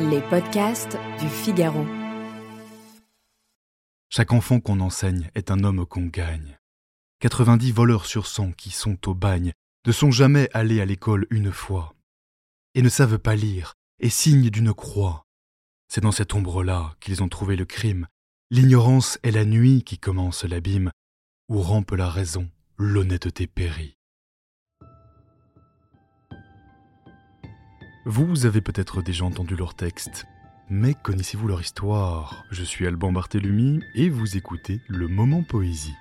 Les podcasts du Figaro. Chaque enfant qu'on enseigne est un homme qu'on gagne. 90 voleurs sur 100 qui sont au bagne ne sont jamais allés à l'école une fois et ne savent pas lire et signent d'une croix. C'est dans cette ombre-là qu'ils ont trouvé le crime. L'ignorance est la nuit qui commence l'abîme, où rampe la raison, l'honnêteté périt. Vous avez peut-être déjà entendu leurs textes, mais connaissez-vous leur histoire ? Je suis Alban Barthélemy et vous écoutez Le Moment Poésie.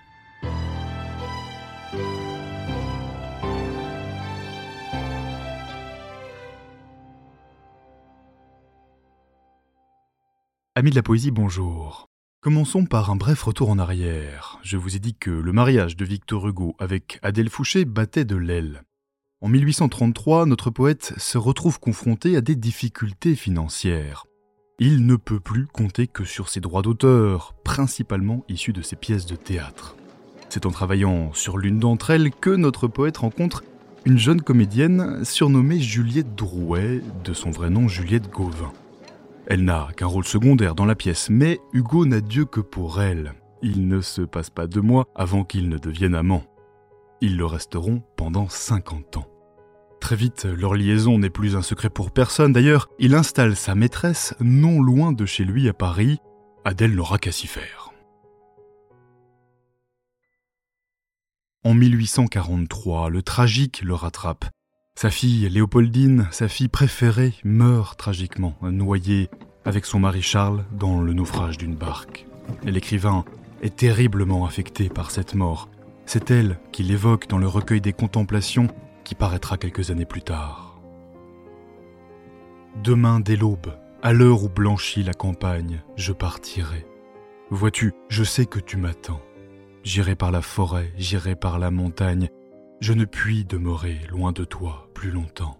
Amis de la poésie, bonjour. Commençons par un bref retour en arrière. Je vous ai dit que le mariage de Victor Hugo avec Adèle Fouché battait de l'aile. En 1833, notre poète se retrouve confronté à des difficultés financières. Il ne peut plus compter que sur ses droits d'auteur, principalement issus de ses pièces de théâtre. C'est en travaillant sur l'une d'entre elles que notre poète rencontre une jeune comédienne surnommée Juliette Drouet, de son vrai nom Juliette Gauvin. Elle n'a qu'un rôle secondaire dans la pièce, mais Hugo n'a Dieu que pour elle. Il ne se passe pas 2 mois avant qu'ils ne deviennent amants. Ils le resteront pendant 50 ans. Très vite, leur liaison n'est plus un secret pour personne. D'ailleurs, il installe sa maîtresse non loin de chez lui à Paris. Adèle n'aura qu'à s'y faire. En 1843, le tragique le rattrape. Sa fille Léopoldine, sa fille préférée, meurt tragiquement, noyée avec son mari Charles dans le naufrage d'une barque. Et l'écrivain est terriblement affecté par cette mort. C'est elle qui l'évoque dans le recueil des Contemplations qui paraîtra quelques années plus tard. Demain dès l'aube, à l'heure où blanchit la campagne, je partirai. Vois-tu, je sais que tu m'attends. J'irai par la forêt, j'irai par la montagne. Je ne puis demeurer loin de toi plus longtemps.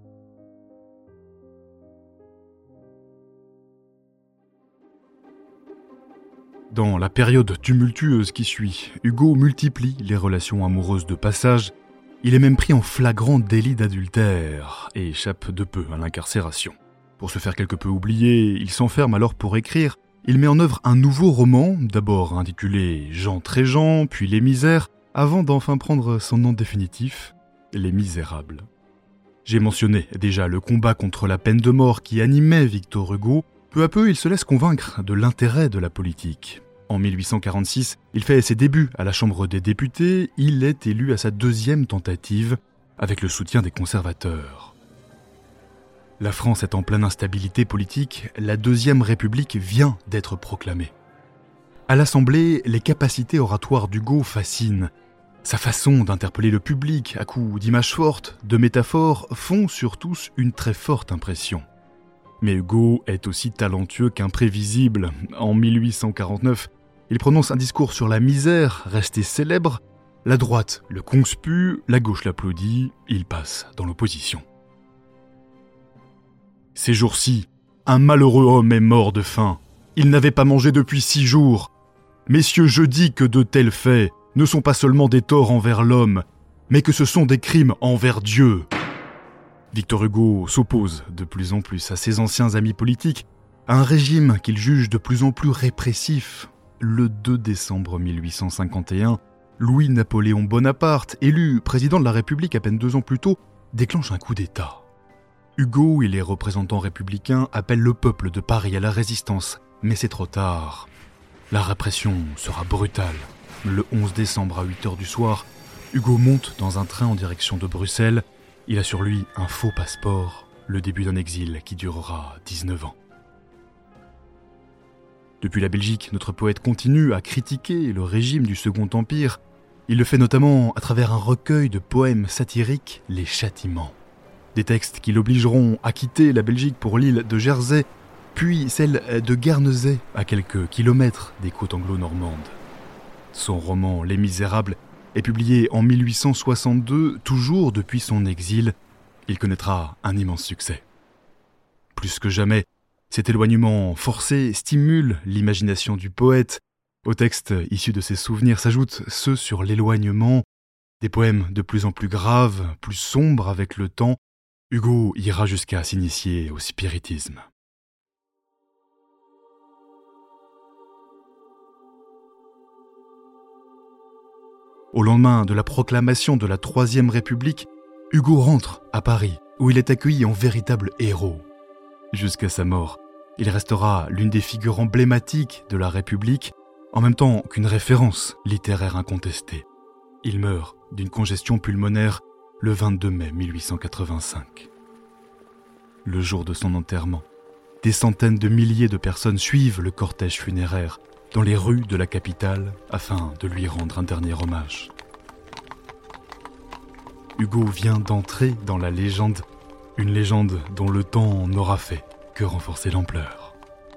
Dans la période tumultueuse qui suit, Hugo multiplie les relations amoureuses de passage. Il est même pris en flagrant délit d'adultère et échappe de peu à l'incarcération. Pour se faire quelque peu oublier, il s'enferme alors pour écrire. Il met en œuvre un nouveau roman, d'abord intitulé Jean Tréjean, puis Les Misères, avant d'enfin prendre son nom définitif, Les Misérables. J'ai mentionné déjà le combat contre la peine de mort qui animait Victor Hugo. Peu à peu, il se laisse convaincre de l'intérêt de la politique. En 1846, il fait ses débuts à la Chambre des députés. Il est élu à sa 2e tentative, avec le soutien des conservateurs. La France est en pleine instabilité politique. La 2e République vient d'être proclamée. À l'Assemblée, les capacités oratoires d'Hugo fascinent. Sa façon d'interpeller le public à coups d'images fortes, de métaphores, font sur tous une très forte impression. Mais Hugo est aussi talentueux qu'imprévisible. En 1849, il prononce un discours sur la misère, resté célèbre. La droite le conspue, la gauche l'applaudit, il passe dans l'opposition. Ces jours-ci, un malheureux homme est mort de faim. Il n'avait pas mangé depuis 6 jours. Messieurs, je dis que de tels faits ne sont pas seulement des torts envers l'homme, mais que ce sont des crimes envers Dieu. Victor Hugo s'oppose de plus en plus à ses anciens amis politiques, à un régime qu'il juge de plus en plus répressif. Le 2 décembre 1851, Louis-Napoléon Bonaparte, élu président de la République à peine 2 ans plus tôt, déclenche un coup d'État. Hugo et les représentants républicains appellent le peuple de Paris à la résistance, mais c'est trop tard. La répression sera brutale. Le 11 décembre à 8h du soir, Hugo monte dans un train en direction de Bruxelles. Il a sur lui un faux passeport, le début d'un exil qui durera 19 ans. Depuis la Belgique, notre poète continue à critiquer le régime du Second Empire. Il le fait notamment à travers un recueil de poèmes satiriques, Les Châtiments. Des textes qui l'obligeront à quitter la Belgique pour l'île de Jersey, puis celle de Guernesey, à quelques kilomètres des côtes anglo-normandes. Son roman Les Misérables est publié en 1862, toujours depuis son exil. Il connaîtra un immense succès. Plus que jamais, cet éloignement forcé stimule l'imagination du poète. Aux textes issus de ses souvenirs s'ajoutent ceux sur l'éloignement, des poèmes de plus en plus graves, plus sombres avec le temps. Hugo ira jusqu'à s'initier au spiritisme. Au lendemain de la proclamation de la Troisième République, Hugo rentre à Paris, où il est accueilli en véritable héros. Jusqu'à sa mort, il restera l'une des figures emblématiques de la République, en même temps qu'une référence littéraire incontestée. Il meurt d'une congestion pulmonaire le 22 mai 1885. Le jour de son enterrement, des centaines de milliers de personnes suivent le cortège funéraire dans les rues de la capitale afin de lui rendre un dernier hommage. Hugo vient d'entrer dans la légende, une légende dont le temps n'aura fait que renforcer l'ampleur.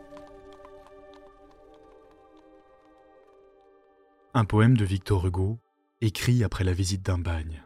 Un poème de Victor Hugo, écrit après la visite d'un bagne.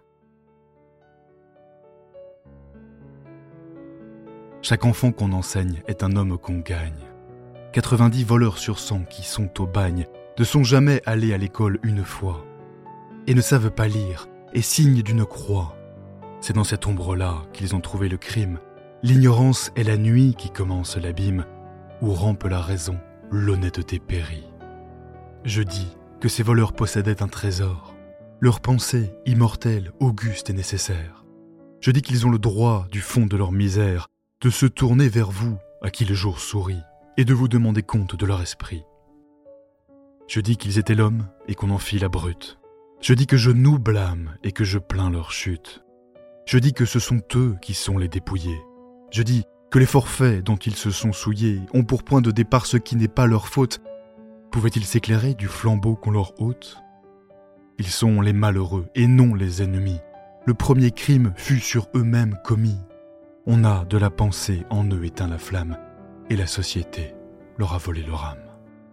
Chaque enfant qu'on enseigne est un homme qu'on gagne. 90 voleurs sur 100 qui sont au bagne ne sont jamais allés à l'école une fois et ne savent pas lire et signent d'une croix. C'est dans cette ombre-là qu'ils ont trouvé le crime. L'ignorance est la nuit qui commence l'abîme, où rampe la raison, l'honnêteté périt. Je dis que ces voleurs possédaient un trésor. Leur pensée, immortelle, auguste et nécessaire. Je dis qu'ils ont le droit, du fond de leur misère, de se tourner vers vous, à qui le jour sourit, et de vous demander compte de leur esprit. Je dis qu'ils étaient l'homme et qu'on en fit la brute. Je dis que je nous blâme et que je plains leur chute. Je dis que ce sont eux qui sont les dépouillés. Je dis que les forfaits dont ils se sont souillés ont pour point de départ ce qui n'est pas leur faute. Pouvaient-ils s'éclairer du flambeau qu'on leur ôte ? Ils sont les malheureux et non les ennemis. Le premier crime fut sur eux-mêmes commis. On a de la pensée en eux éteint la flamme, et la société leur a volé leur âme.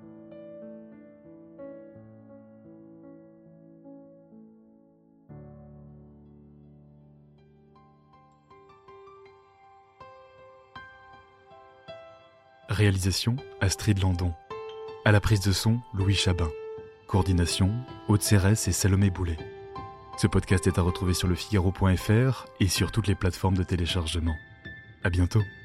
Réalisation Astrid Landon. À la prise de son, Louis Chabin. Coordination, Aude Cérès et Salomé Boulet. Ce podcast est à retrouver sur lefigaro.fr et sur toutes les plateformes de téléchargement. À bientôt.